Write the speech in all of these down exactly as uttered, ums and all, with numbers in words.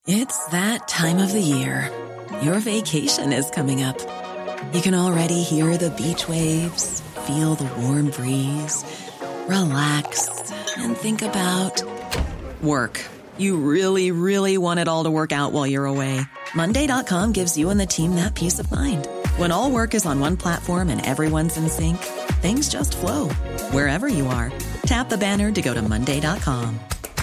It's that time of the year. Your vacation is coming up. You can already hear the beach waves, feel the warm breeze, relax, and think about work. You really, really want it all to work out while you're away. Monday dot com gives you and the team that peace of mind. When all work is on one platform and everyone's in sync, things just flow. Wherever you are, tap the banner to go to monday dot com.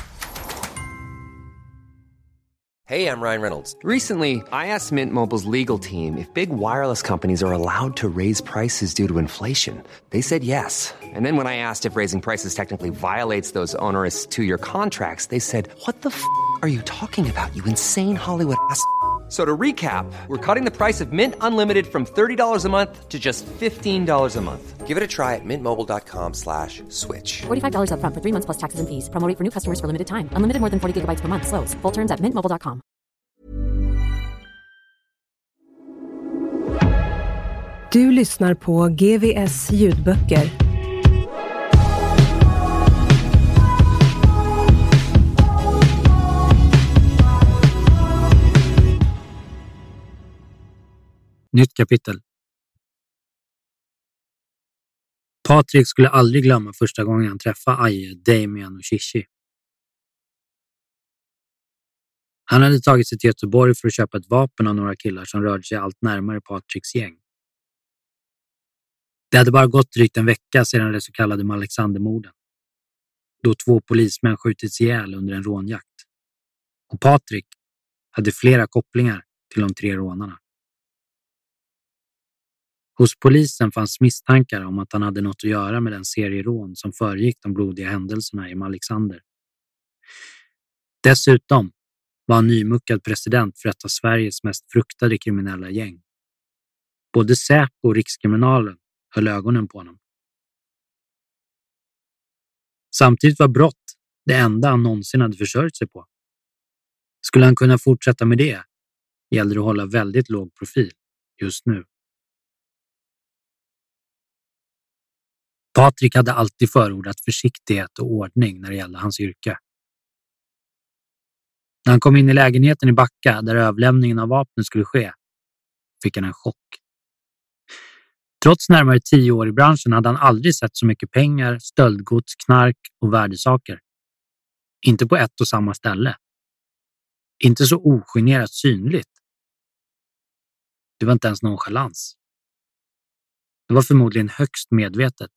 Hey, I'm Ryan Reynolds. Recently, I asked Mint Mobile's legal team if big wireless companies are allowed to raise prices due to inflation. They said yes. And then when I asked if raising prices technically violates those onerous two-year contracts, they said, what the f*** are you talking about, you insane Hollywood ass f- So to recap, we're cutting the price of Mint Unlimited from thirty dollars a month to just fifteen dollars a month. Give it a try at mintmobile.com slash switch. forty-five dollars up front for three months plus taxes and fees. Promo rate for new customers for limited time. Unlimited more than forty gigabytes per month. Slows full terms at mint mobile dot com. Du lyssnar på G V S ljudböcker. Nytt kapitel. Patrik skulle aldrig glömma första gången han träffade Aje, Damian och Shishi. Han hade tagit sig till Göteborg för att köpa ett vapen av några killar som rörde sig allt närmare Patriks gäng. Det hade bara gått drygt en vecka sedan det så kallade Alexandermorden, då två polismän skjutits ihjäl under en rånjakt. Och Patrik hade flera kopplingar till de tre rånarna. Hos polisen fanns misstankar om att han hade något att göra med den serierån som föregick de blodiga händelserna i Alexander. Dessutom var han nymuckad president för ett av Sveriges mest fruktade kriminella gäng. Både Säpo och Rikskriminalen höll ögonen på honom. Samtidigt var brott det enda han någonsin hade försörjt sig på. Skulle han kunna fortsätta med det, gällde det att hålla väldigt låg profil just nu. Patrik hade alltid förordat försiktighet och ordning när det gällde hans yrke. När han kom in i lägenheten i Backa där överlämningen av vapnen skulle ske, fick han en chock. Trots närmare tio år i branschen hade han aldrig sett så mycket pengar, stöldgods, knark och värdesaker. Inte på ett och samma ställe. Inte så ogenerat synligt. Det var inte ens nonchalans. Det var förmodligen högst medvetet.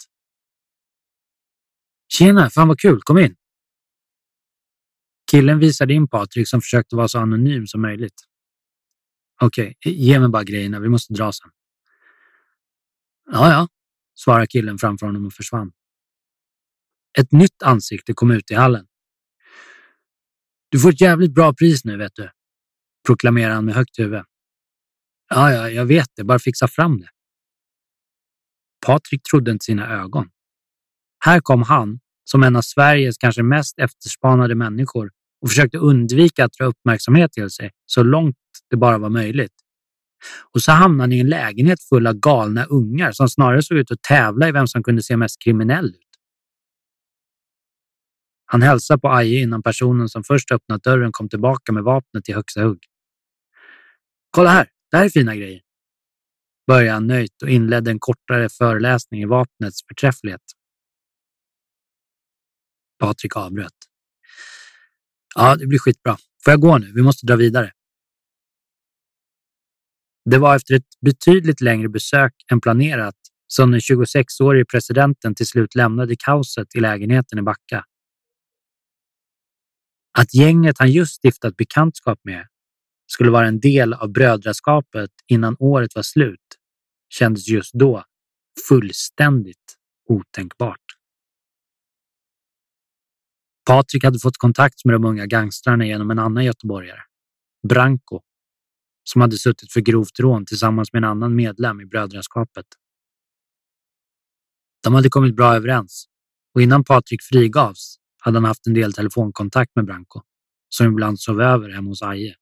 Tjena, fan vad kul, kom in. Killen visade in Patrik som försökte vara så anonym som möjligt. Okej, ge mig bara grejerna, vi måste dra sen. Ja, ja, svarade killen framför honom och försvann. Ett nytt ansikte kom ut i hallen. Du får ett jävligt bra pris nu, vet du, proklamerade han med högt huvud. Ja, ja, jag vet det, bara fixa fram det. Patrik trodde inte sina ögon. Här kom han, som en av Sveriges kanske mest efterspanade människor, och försökte undvika att dra uppmärksamhet till sig så långt det bara var möjligt. Och så hamnade han i en lägenhet full av galna ungar som snarare såg ut att tävla i vem som kunde se mest kriminell ut. Han hälsade på Aje innan personen som först öppnat dörren kom tillbaka med vapnet i högsta hugg. Kolla här, det här är fina grejer. Började han nöjt och inledde en kortare föreläsning i vapnets förträfflighet. Patrik avbröt. Ja, det blir skitbra. Får jag gå nu? Vi måste dra vidare. Det var efter ett betydligt längre besök än planerat som den tjugosexårige presidenten till slut lämnade kaoset i lägenheten i Backa. Att gänget han just stiftat bekantskap med skulle vara en del av brödraskapet innan året var slut kändes just då fullständigt otänkbart. Patrik hade fått kontakt med de unga gangstrarna genom en annan göteborgare, Branko, som hade suttit för grovt rån tillsammans med en annan medlem i brödraskapet. De hade kommit bra överens och innan Patrik frigavs hade han haft en del telefonkontakt med Branko, som ibland sov över hemma hos Aje.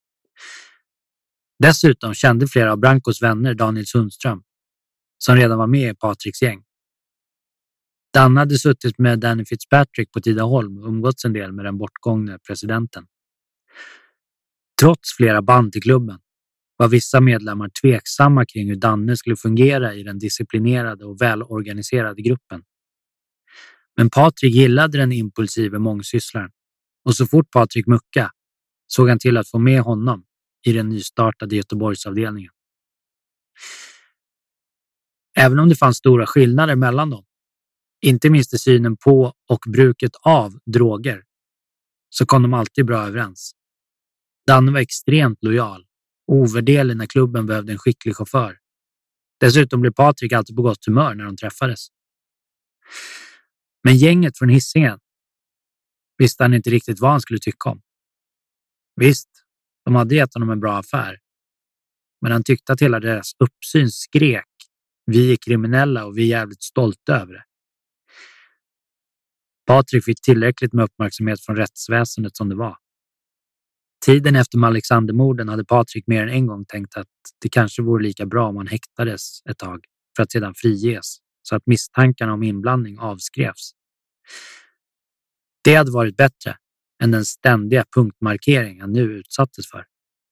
Dessutom kände flera av Brankos vänner Daniel Sundström, som redan var med i Patriks gäng. Dan hade suttit med Danny Fitzpatrick på Tidaholm och umgåtts en del med den bortgångne presidenten. Trots flera band till klubben var vissa medlemmar tveksamma kring hur Danne skulle fungera i den disciplinerade och välorganiserade gruppen. Men Patrik gillade den impulsiva mångsysslaren och så fort Patrik mucka såg han till att få med honom i den nystartade Göteborgsavdelningen. Även om det fanns stora skillnader mellan dem, inte minst i synen på och bruket av droger, så kom de alltid bra överens. Danne var extremt lojal och ovärderlig när klubben behövde en skicklig chaufför. Dessutom blev Patrik alltid på gott humör när de träffades. Men gänget från Hisingen visste han inte riktigt vad han skulle tycka om. Visst, de hade gett honom en bra affär. Men han tyckte att hela deras uppsyn skrek: vi är kriminella och vi är jävligt stolta över det. Patrik fick tillräckligt med uppmärksamhet från rättsväsendet som det var. Tiden efter Alexandermorden hade Patrik mer än en gång tänkt att det kanske vore lika bra om han häktades ett tag för att sedan friges, så att misstankarna om inblandning avskrevs. Det hade varit bättre än den ständiga punktmarkering han nu utsattes för.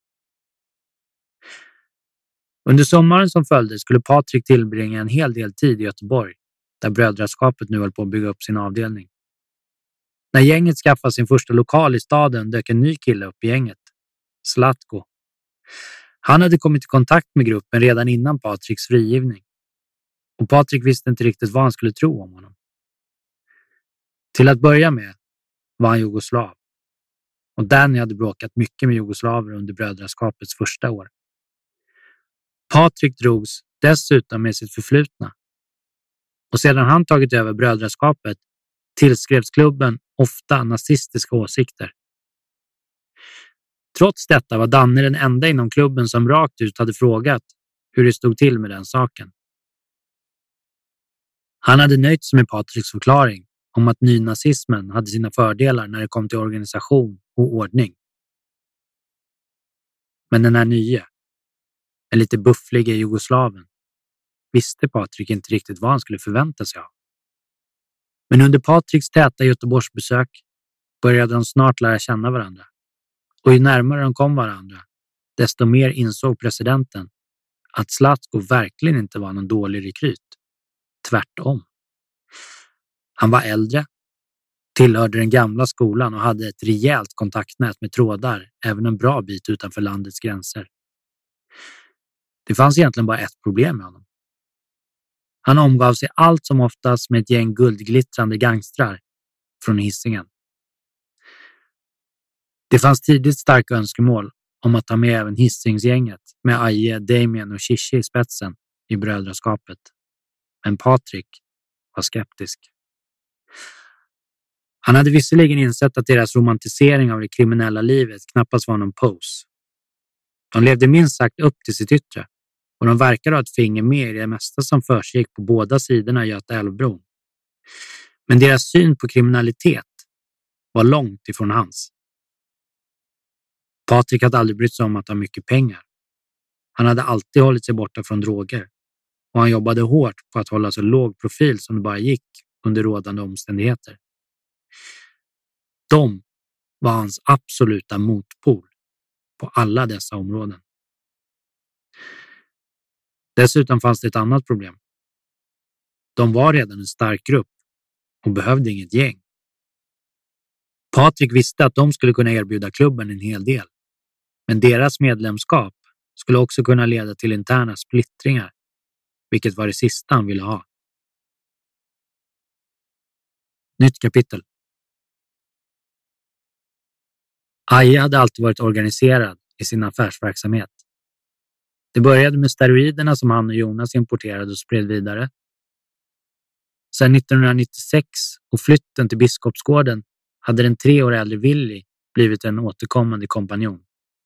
Under sommaren som följde skulle Patrik tillbringa en hel del tid i Göteborg, där brödraskapet nu höll på att bygga upp sin avdelning. När gänget skaffade sin första lokal i staden dök en ny kille upp i gänget, Zlatko. Han hade kommit i kontakt med gruppen redan innan Patriks frigivning. Och Patrik visste inte riktigt vad han skulle tro om honom. Till att börja med var han jugoslav. Och Danny hade bråkat mycket med jugoslaver under brödraskapets första år. Patrik drogs dessutom med sitt förflutna. Och sedan han tagit över brödraskapet tillskrevs klubben ofta nazistiska åsikter. Trots detta var Danne den enda inom klubben som rakt ut hade frågat hur det stod till med den saken. Han hade nöjt sig med Patriks förklaring om att nynazismen hade sina fördelar när det kom till organisation och ordning. Men den här nya, en lite buffliga jugoslaven, visste Patrik inte riktigt vad han skulle förvänta sig av. Men under Patriks täta Göteborgsbesök började de snart lära känna varandra. Och ju närmare de kom varandra, desto mer insåg presidenten att Zlatko verkligen inte var någon dålig rekryt. Tvärtom. Han var äldre, tillhörde den gamla skolan och hade ett rejält kontaktnät med trådar även en bra bit utanför landets gränser. Det fanns egentligen bara ett problem med honom. Han omgav sig allt som oftast med ett gäng guldglittrande gangstrar från Hisingen. Det fanns tidigt starka önskemål om att ta med även Hisingsgänget med Aje, Damien och Shishi i spetsen i brödraskapet. Men Patrik var skeptisk. Han hade visserligen insett att deras romantisering av det kriminella livet knappast var någon pose. De levde minst sagt upp till sitt yttre och de verkade ha ett finger med i det mesta som försiggick på båda sidorna i Göta älvbron. Men deras syn på kriminalitet var långt ifrån hans. Patrik hade aldrig brytt sig om att ha mycket pengar. Han hade alltid hållit sig borta från droger och han jobbade hårt på att hålla så låg profil som det bara gick under rådande omständigheter. De var hans absoluta motpol på alla dessa områden. Dessutom fanns det ett annat problem. De var redan en stark grupp och behövde inget gäng. Patrik visste att de skulle kunna erbjuda klubben en hel del. Men deras medlemskap skulle också kunna leda till interna splittringar, vilket var det sista han ville ha. Nytt kapitel. Aje hade alltid varit organiserad i sin affärsverksamhet. Det började med steroiderna som han och Jonas importerade och spred vidare. Sedan nittonhundranittiosex och flytten till Biskopsgården hade den tre år äldre Willy blivit en återkommande kompanjon.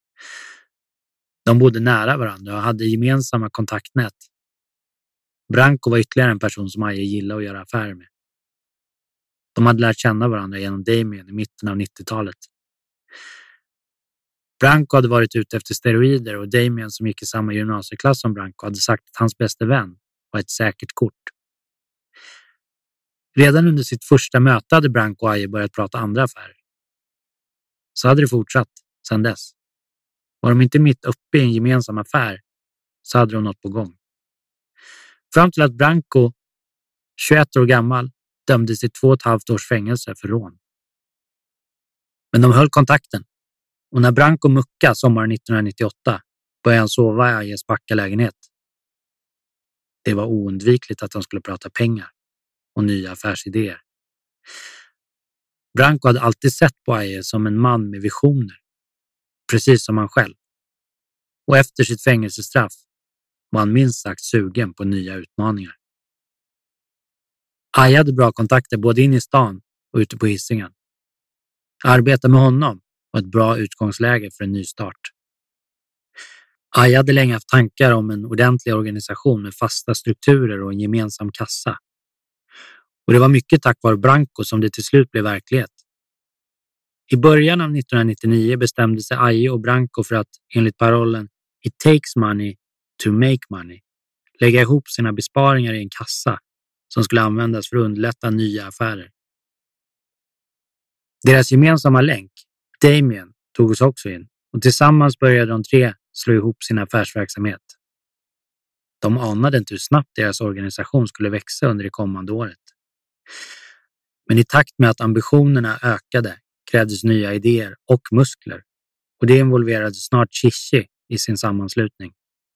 De bodde nära varandra och hade gemensamma kontaktnät. Branko var ytterligare en person som Aje gillade att göra affärer med. De hade lärt känna varandra genom Damien i mitten av nittiotalet. Branko hade varit ute efter steroider och Damien som gick i samma gymnasieklass som Branko hade sagt att hans bästa vän var ett säkert kort. Redan under sitt första möte hade Branko och Aje börjat prata andra affärer. Så hade det fortsatt sedan dess. Var de inte mitt uppe i en gemensam affär så hade de något på gång. Fram till att Branco, tjugoett år gammal, dömdes till två och ett halvt års fängelse för rån. Men de höll kontakten. Och när Branco muckade sommaren nittonhundranittioåtta började han sova i Ayes Backa-lägenhet. Det var oundvikligt att de skulle prata pengar och nya affärsidéer. Branco hade alltid sett på Aje som en man med visioner, precis som han själv. Och efter sitt fängelsestraff var han minst sagt sugen på nya utmaningar. Aje hade bra kontakter både in i stan och ute på Hisingen. Arbeta med honom var ett bra utgångsläge för en ny start. Aje hade länge haft tankar om en ordentlig organisation med fasta strukturer och en gemensam kassa. Och det var mycket tack vare Branco som det till slut blev verklighet. I början av nittonhundranittionio bestämde sig Aje och Branco för att, enligt parollen "It takes money to make money", lägga ihop sina besparingar i en kassa som skulle användas för att underlätta nya affärer. Deras gemensamma länk, Damien, tog oss också in och tillsammans började de tre slå ihop sin affärsverksamhet. De anade inte hur snabbt deras organisation skulle växa under det kommande året. Men i takt med att ambitionerna ökade krävdes nya idéer och muskler och det involverade snart Chichi i sin sammanslutning.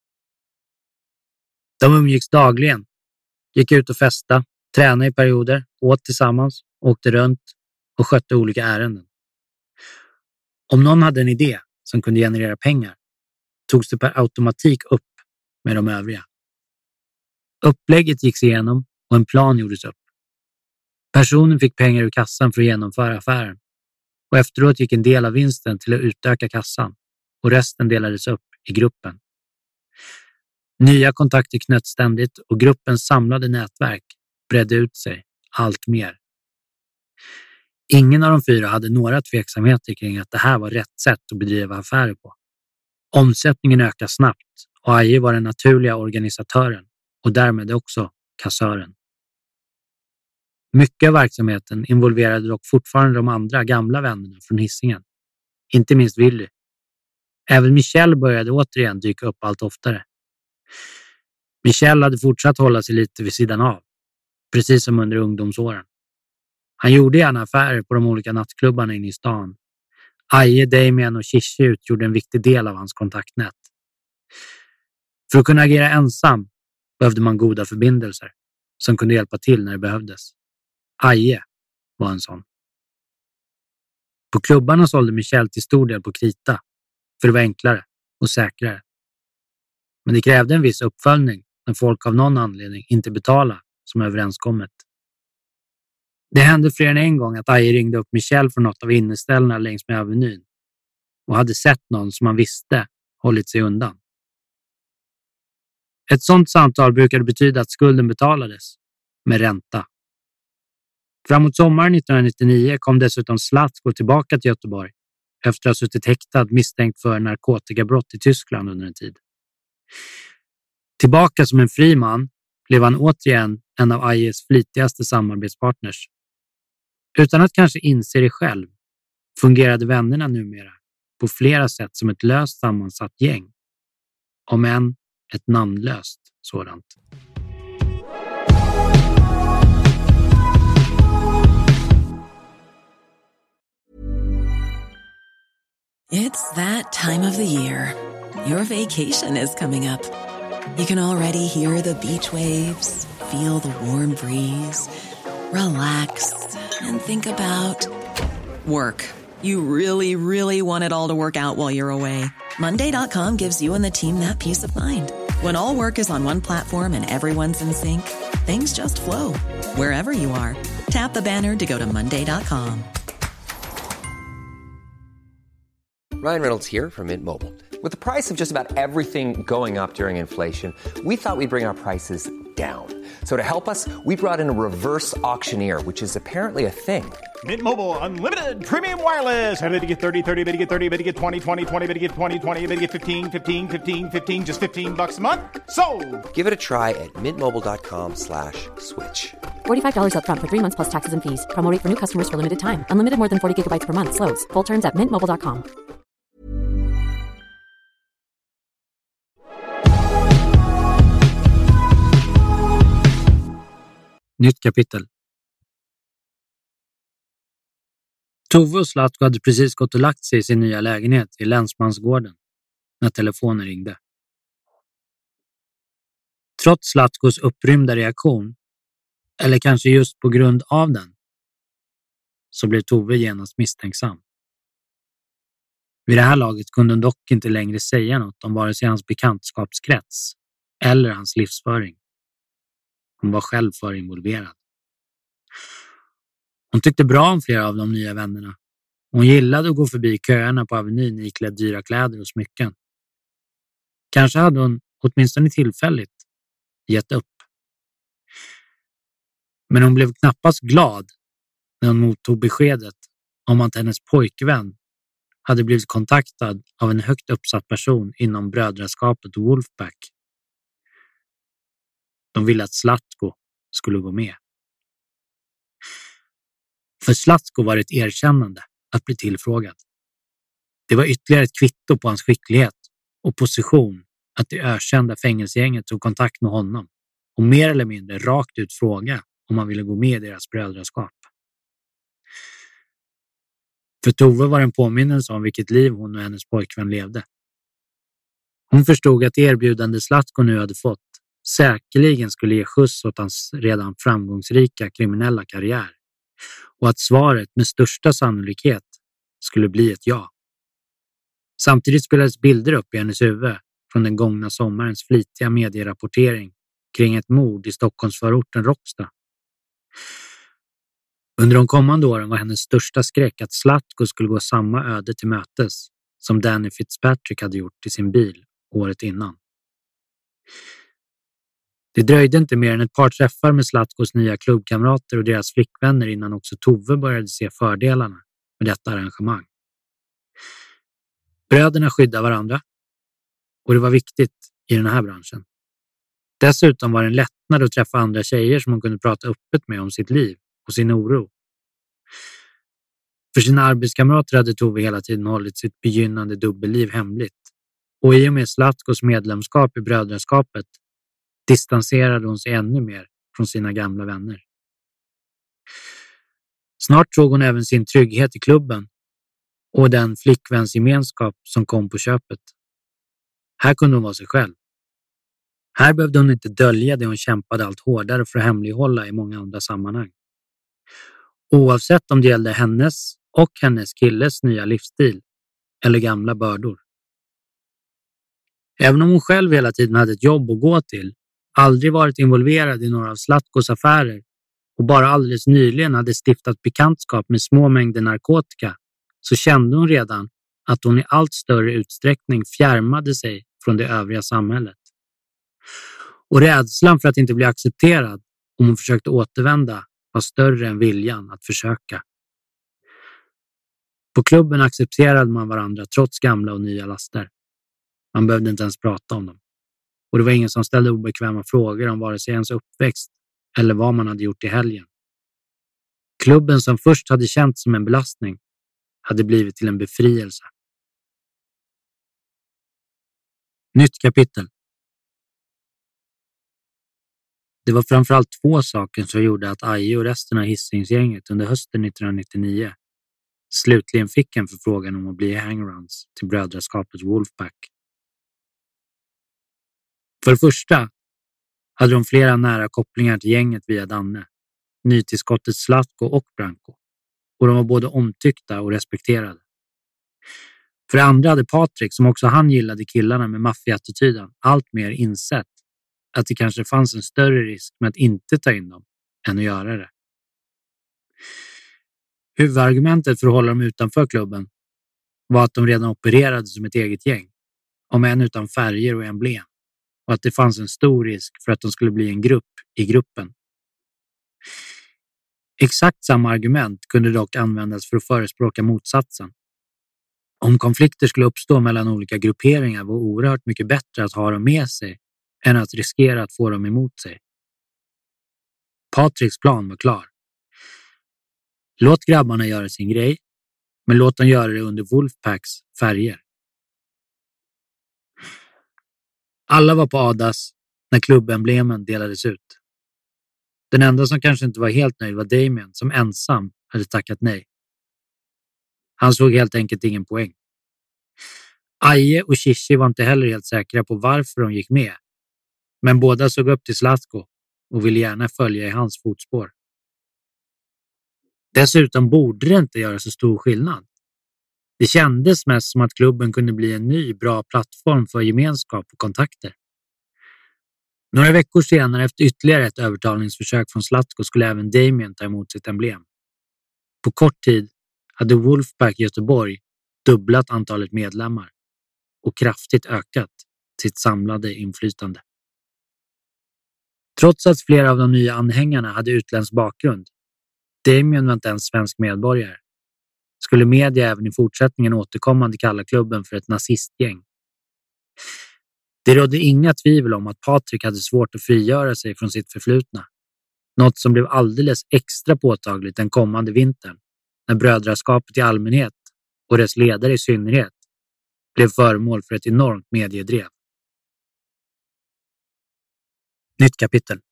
De umgicks dagligen, gick ut och festa, tränade i perioder, åt tillsammans, åkte runt och skötte olika ärenden. Om någon hade en idé som kunde generera pengar togs det per automatik upp med de övriga. Upplägget gick igenom och en plan gjordes upp. Personen fick pengar ur kassan för att genomföra affären och efteråt gick en del av vinsten till att utöka kassan och resten delades upp i gruppen. Nya kontakter knöts ständigt och gruppens samlade nätverk bredde ut sig allt mer. Ingen av de fyra hade några tveksamheter kring att det här var rätt sätt att bedriva affärer på. Omsättningen ökade snabbt och Aje var den naturliga organisatören och därmed också kassören. Mycket av verksamheten involverade dock fortfarande de andra gamla vännerna från Hisingen. Inte minst Willy. Även Michel började återigen dyka upp allt oftare. Michel hade fortsatt hålla sig lite vid sidan av, precis som under ungdomsåren. Han gjorde gärna affärer på de olika nattklubbarna inne i stan. Aje, Damien och Chichi utgjorde en viktig del av hans kontaktnät. För att kunna agera ensam behövde man goda förbindelser som kunde hjälpa till när det behövdes. Aje var en sån. På klubbarna sålde Michel till stor del på krita, för det var enklare och säkrare. Men det krävde en viss uppföljning när folk av någon anledning inte betalade som överenskommet. Det hände fler än en gång att Aje ringde upp Michel från något av inneställena längs med Avenyn och hade sett någon som man visste hållit sig undan. Ett sådant samtal brukade betyda att skulden betalades med ränta. Framåt sommaren nittonhundranittionio kom dessutom Zlatko tillbaka till Göteborg efter att ha suttit häktad misstänkt för narkotikabrott i Tyskland under en tid. Tillbaka som en fri man blev han återigen en av Ajes flitigaste samarbetspartners. Utan att kanske inse det själv fungerade vännerna numera på flera sätt som ett löst sammansatt gäng. Om än ett namnlöst sådant. It's that time of the year. Your vacation is coming up. You can already hear the beach waves, feel the warm breeze, relax, and think about work. You really, really want it all to work out while you're away. Monday dot com gives you and the team that peace of mind. When all work is on one platform and everyone's in sync, things just flow. Wherever you are, tap the banner to go to Monday dot com. Ryan Reynolds here from Mint Mobile. With the price of just about everything going up during inflation, we thought we'd bring our prices down. So to help us, we brought in a reverse auctioneer, which is apparently a thing. Mint Mobile Unlimited Premium Wireless. How to get thirty, thirty, how to get thirty, how to get twenty, twenty, twenty, how to get twenty, twenty, how to get fifteen, fifteen, fifteen, fifteen, just fifteen bucks a month? Sold! Give it a try at mintmobile.com slash switch. forty-five dollars up front for three months plus taxes and fees. Promo rate for new customers for limited time. Unlimited more than forty gigabytes per month slows. Full terms at mint mobile dot com. Nytt kapitel. Tove och Zlatko hade precis gått och lagt sig i sin nya lägenhet i Länsmansgården när telefonen ringde. Trots Zlatkos upprymda reaktion, eller kanske just på grund av den, så blev Tove genast misstänksam. Vid det här laget kunde hon dock inte längre säga något om vare sig hans bekantskapskrets eller hans livsföring. Hon var själv för involverad. Hon tyckte bra om flera av de nya vännerna. Hon gillade att gå förbi köerna på Avenyn iklädd dyra kläder och smycken. Kanske hade hon, åtminstone tillfälligt, gett upp. Men hon blev knappast glad när hon mottog beskedet om att hennes pojkvän hade blivit kontaktad av en högt uppsatt person inom brödraskapet Wolfpack. De ville att Zlatko skulle gå med. För Zlatko var det ett erkännande att bli tillfrågad. Det var ytterligare ett kvitto på hans skicklighet och position att det ökända fängelsegänget tog kontakt med honom och mer eller mindre rakt ut fråga om han ville gå med i deras brödraskap. För Tove var en påminnelse om vilket liv hon och hennes pojkvän levde. Hon förstod att erbjudande Zlatko nu hade fått säkerligen skulle ge skjuts åt hans redan framgångsrika kriminella karriär och att svaret med största sannolikhet skulle bli ett ja. Samtidigt spelades bilder upp i hennes huvud från den gångna sommarens flitiga medierapportering kring ett mord i Stockholmsförorten Råcksta. Under de kommande åren var hennes största skräck att Zlatko skulle gå samma öde till mötes som Danny Fitzpatrick hade gjort i sin bil året innan. Det dröjde inte mer än ett par träffar med Zlatkos nya klubbkamrater och deras flickvänner innan också Tove började se fördelarna med detta arrangemang. Bröderna skyddade varandra och det var viktigt i den här branschen. Dessutom var det en lättnad att träffa andra tjejer som hon kunde prata öppet med om sitt liv och sin oro. För sina arbetskamrater hade Tove hela tiden hållit sitt begynnande dubbelliv hemligt och i och med Zlatkos medlemskap i brödraskapet distanserade hon sig ännu mer från sina gamla vänner. Snart såg hon även sin trygghet i klubben och den flickvänsgemenskap som kom på köpet. Här kunde hon vara sig själv. Här behövde hon inte dölja det hon kämpade allt hårdare för att hemlighålla i många andra sammanhang. Oavsett om det gällde hennes och hennes killes nya livsstil eller gamla bördor. Även om hon själv hela tiden hade ett jobb att gå till, aldrig varit involverad i några av Zlatkos affärer och bara alldeles nyligen hade stiftat bekantskap med små mängder narkotika, så kände hon redan att hon i allt större utsträckning fjärmade sig från det övriga samhället. Och rädslan för att inte bli accepterad om hon försökte återvända var större än viljan att försöka. På klubben accepterade man varandra trots gamla och nya laster. Man behövde inte ens prata om dem. Och det var ingen som ställde obekväma frågor om vare sig ens uppväxt eller vad man hade gjort i helgen. Klubben som först hade känts som en belastning hade blivit till en befrielse. Nytt kapitel. Det var framförallt två saker som gjorde att Aje och resten av Hisingsgänget under hösten nittonhundranittionio slutligen fick en förfrågan om att bli hangarounds till brödraskapet Wolfpack. För det första hade de flera nära kopplingar till gänget via Danne, nytillskottet Zlatko och Branko, och de var både omtyckta och respekterade. För det andra hade Patrik, som också han gillade killarna med maffiaattityden, allt mer insett att det kanske fanns en större risk med att inte ta in dem än att göra det. Huvudargumentet för att hålla dem utanför klubben var att de redan opererade som ett eget gäng, om än utan färger och emblem, och att det fanns en stor risk för att de skulle bli en grupp i gruppen. Exakt samma argument kunde dock användas för att förespråka motsatsen. Om konflikter skulle uppstå mellan olika grupperingar var oerhört mycket bättre att ha dem med sig än att riskera att få dem emot sig. Patriks plan var klar. Låt grabbarna göra sin grej, men låt dem göra det under Wolfpacks färger. Alla var på Adas när klubbemblemen delades ut. Den enda som kanske inte var helt nöjd var Damien, som ensam hade tackat nej. Han såg helt enkelt ingen poäng. Aje och Shishi var inte heller helt säkra på varför de gick med, men båda såg upp till Zlatko och ville gärna följa i hans fotspår. Dessutom borde det inte göra så stor skillnad. Det kändes mest som att klubben kunde bli en ny bra plattform för gemenskap och kontakter. Några veckor senare, efter ytterligare ett övertalningsförsök från Zlatko, skulle även Damien ta emot sitt emblem. På kort tid hade Wolfpack Göteborg dubblat antalet medlemmar och kraftigt ökat sitt samlade inflytande. Trots att flera av de nya anhängarna hade utländsk bakgrund, Damien var inte ens svensk medborgare, skulle media även i fortsättningen återkommande kalla klubben för ett nazistgäng. Det rådde inga tvivel om att Patrik hade svårt att frigöra sig från sitt förflutna, något som blev alldeles extra påtagligt den kommande vintern, när brödraskapet i allmänhet och dess ledare i synnerhet blev föremål för ett enormt mediedrev. Nytt kapitel.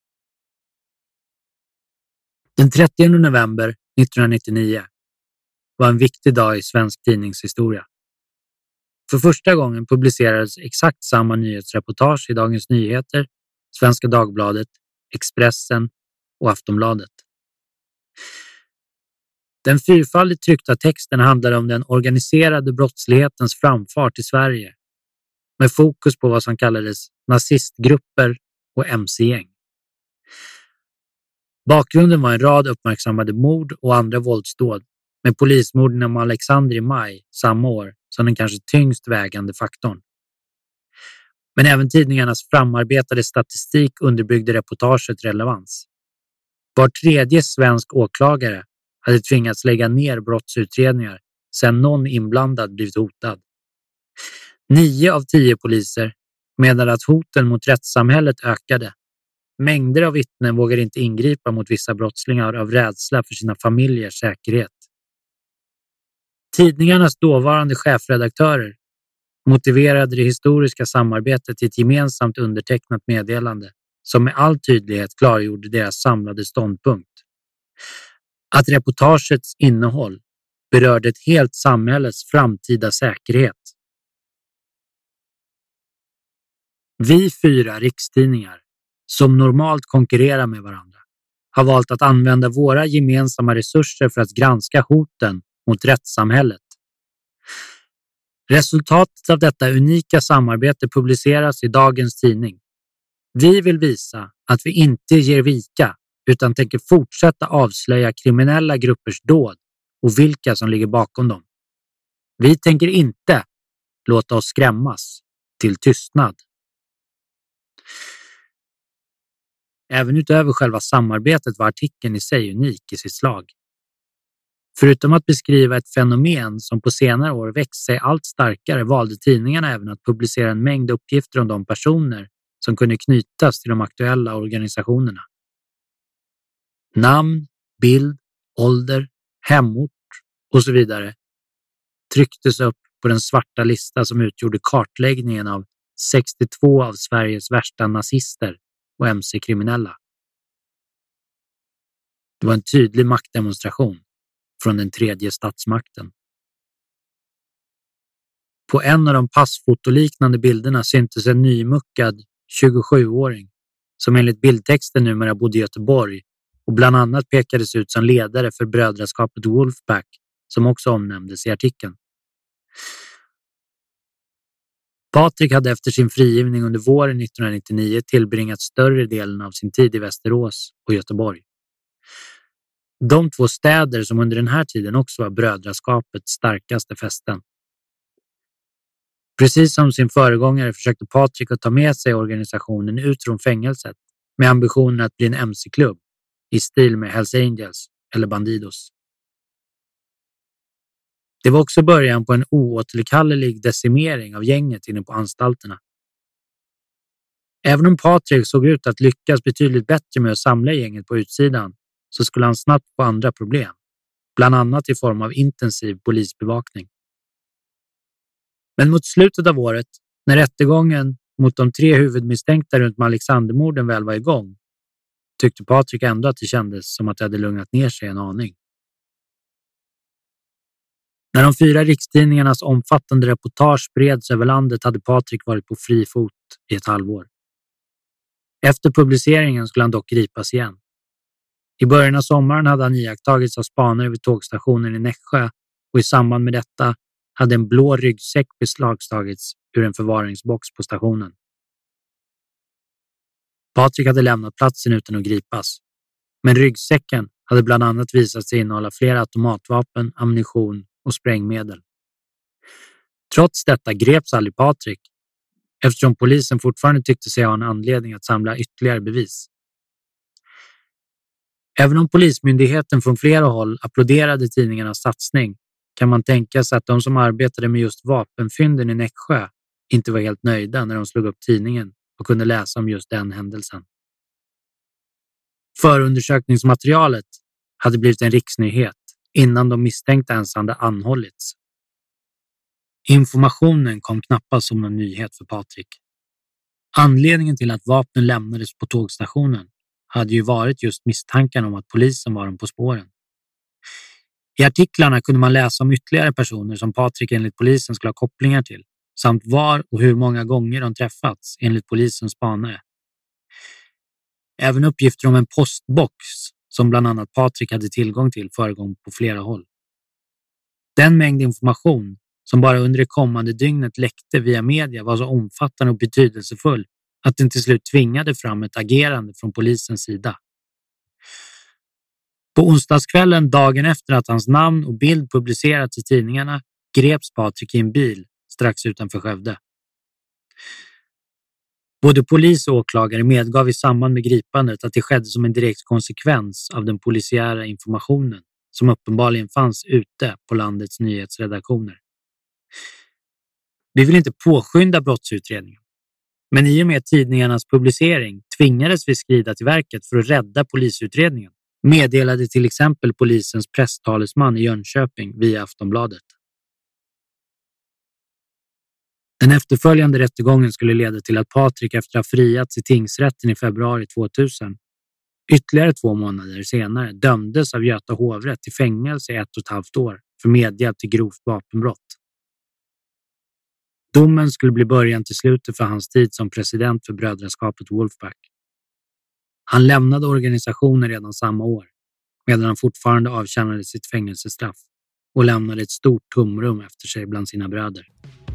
Den trettionde november nittonhundranittionio var en viktig dag i svensk tidningshistoria. För första gången publicerades exakt samma nyhetsreportage i Dagens Nyheter, Svenska Dagbladet, Expressen och Aftonbladet. Den fyrfaldigt tryckta texten handlade om den organiserade brottslighetens framfart i Sverige, med fokus på vad som kallades nazistgrupper och M C-gäng. Bakgrunden var en rad uppmärksammade mord och andra våldsdåd, med polismorden om Alexander i maj samma år som den kanske tyngst vägande faktorn. Men även tidningarnas framarbetade statistik underbyggde reportaget relevans. Var tredje svensk åklagare hade tvingats lägga ner brottsutredningar sedan någon inblandad blivit hotad. Nio av tio poliser menade att hoten mot rättssamhället ökade. Mängder av vittnen vågade inte ingripa mot vissa brottslingar av rädsla för sina familjers säkerhet. Tidningarnas dåvarande chefredaktörer motiverade det historiska samarbetet till ett gemensamt undertecknat meddelande som med all tydlighet klargjorde deras samlade ståndpunkt. Att reportagets innehåll berörde ett helt samhälles framtida säkerhet. Vi fyra rikstidningar, som normalt konkurrerar med varandra, har valt att använda våra gemensamma resurser för att granska hoten mot rättssamhället. Resultatet av detta unika samarbete publiceras i dagens tidning. Vi vill visa att vi inte ger vika utan tänker fortsätta avslöja kriminella gruppers dåd och vilka som ligger bakom dem. Vi tänker inte låta oss skrämmas till tystnad. Även utöver själva samarbetet var artikeln i sig unik i sitt slag. Förutom att beskriva ett fenomen som på senare år växt sig allt starkare valde tidningarna även att publicera en mängd uppgifter om de personer som kunde knytas till de aktuella organisationerna. Namn, bild, ålder, hemort och så vidare trycktes upp på den svarta lista som utgjorde kartläggningen av sextiotvå av Sveriges värsta nazister och M C-kriminella. Det var en tydlig maktdemonstration från den tredje statsmakten. På en av de passfotoliknande bilderna syntes en nymuckad tjugosjuåring som enligt bildtexten numera bodde i Göteborg och bland annat pekades ut som ledare för brödraskapet Wolfpack, som också omnämndes i artikeln. Patrik hade efter sin frigivning under våren nittonhundranittionio tillbringat större delen av sin tid i Västerås och Göteborg. De två städer som under den här tiden också var brödraskapets starkaste fästen. Precis som sin föregångare försökte Patrik att ta med sig organisationen ut från fängelset med ambitionen att bli en M C-klubb i stil med Hells Angels eller Bandidos. Det var också början på en oåterkallelig decimering av gänget inne på anstalterna. Även om Patrik såg ut att lyckas betydligt bättre med att samla gänget på utsidan så skulle han snabbt få andra problem, bland annat i form av intensiv polisbevakning. Men mot slutet av året, när rättegången mot de tre huvudmisstänkta runt Alexandermorden väl var igång, tyckte Patrik ändå att det kändes som att det hade lugnat ner sig en aning. När de fyra rikstidningarnas omfattande reportage spreds över landet hade Patrik varit på fri fot i ett halvår. Efter publiceringen skulle han dock gripas igen. I början av sommaren hade han iakttagits av spanare vid tågstationen i Nässjö och i samband med detta hade en blå ryggsäck beslagtagits ur en förvaringsbox på stationen. Patrik hade lämnat platsen utan att gripas, men ryggsäcken hade bland annat visat sig innehålla flera automatvapen, ammunition och sprängmedel. Trots detta greps aldrig Patrik, eftersom polisen fortfarande tyckte sig ha en anledning att samla ytterligare bevis. Även om polismyndigheten från flera håll applåderade tidningarnas satsning kan man tänka sig att de som arbetade med just vapenfynden i Nässjö inte var helt nöjda när de slog upp tidningen och kunde läsa om just den händelsen. Förundersökningsmaterialet hade blivit en riksnyhet innan de misstänkta ens hade anhållits. Informationen kom knappast som någon nyhet för Patrik. Anledningen till att vapnen lämnades på tågstationen hade ju varit just misstanken om att polisen var dem på spåren. I artiklarna kunde man läsa om ytterligare personer som Patrik enligt polisen skulle ha kopplingar till, samt var och hur många gånger de träffats enligt polisens spanare. Även uppgifter om en postbox som bland annat Patrik hade tillgång till förekom på flera håll. Den mängd information som bara under det kommande dygnet läckte via media var så omfattande och betydelsefull att den till slut tvingade fram ett agerande från polisens sida. På onsdagskvällen dagen efter att hans namn och bild publicerats i tidningarna greps Patrik i en bil strax utanför Skövde. Både polis och åklagare medgav i samband med gripandet att det skedde som en direkt konsekvens av den polisiära informationen som uppenbarligen fanns ute på landets nyhetsredaktioner. Vi vill inte påskynda brottsutredningen, men i och med tidningarnas publicering tvingades vi skrida till verket för att rädda polisutredningen, meddelade till exempel polisens presstalesman i Jönköping via Aftonbladet. Den efterföljande rättegången skulle leda till att Patrik efter att ha friats i tingsrätten i februari tvåtusen ytterligare två månader senare dömdes av Göta hovrätt till fängelse i ett och ett halvt år för medhjälp till grovt vapenbrott. Domen skulle bli början till slutet för hans tid som president för brödraskapet Wolfpack. Han lämnade organisationen redan samma år, medan han fortfarande avtjänade sitt fängelsestraff och lämnade ett stort tomrum efter sig bland sina bröder.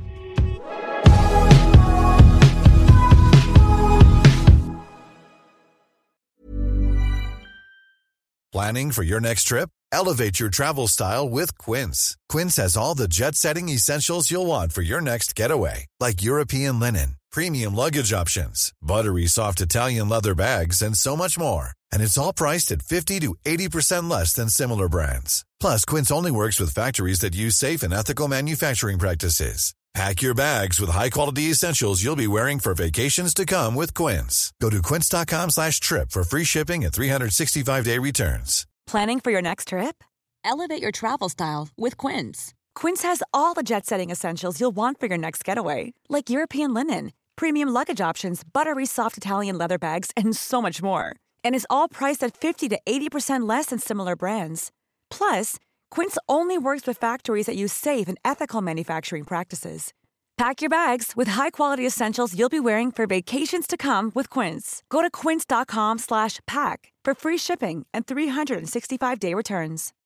Planning for your next trip? Elevate your travel style with Quince. Quince has all the jet-setting essentials you'll want for your next getaway, like European linen, premium luggage options, buttery soft Italian leather bags, and so much more. And it's all priced at fifty to eighty percent less than similar brands. Plus, Quince only works with factories that use safe and ethical manufacturing practices. Pack your bags with high-quality essentials you'll be wearing for vacations to come with Quince. Go to quince.com slash trip for free shipping and three sixty-five day returns. Planning for your next trip? Elevate your travel style with Quince. Quince has all the jet-setting essentials you'll want for your next getaway, like European linen, premium luggage options, buttery soft Italian leather bags, and so much more. And is all priced at fifty to eighty percent less than similar brands. Plus, Quince only works with factories that use safe and ethical manufacturing practices. Pack your bags with high-quality essentials you'll be wearing for vacations to come with Quince. Go to quince.com slash pack for free shipping and three sixty-five day returns.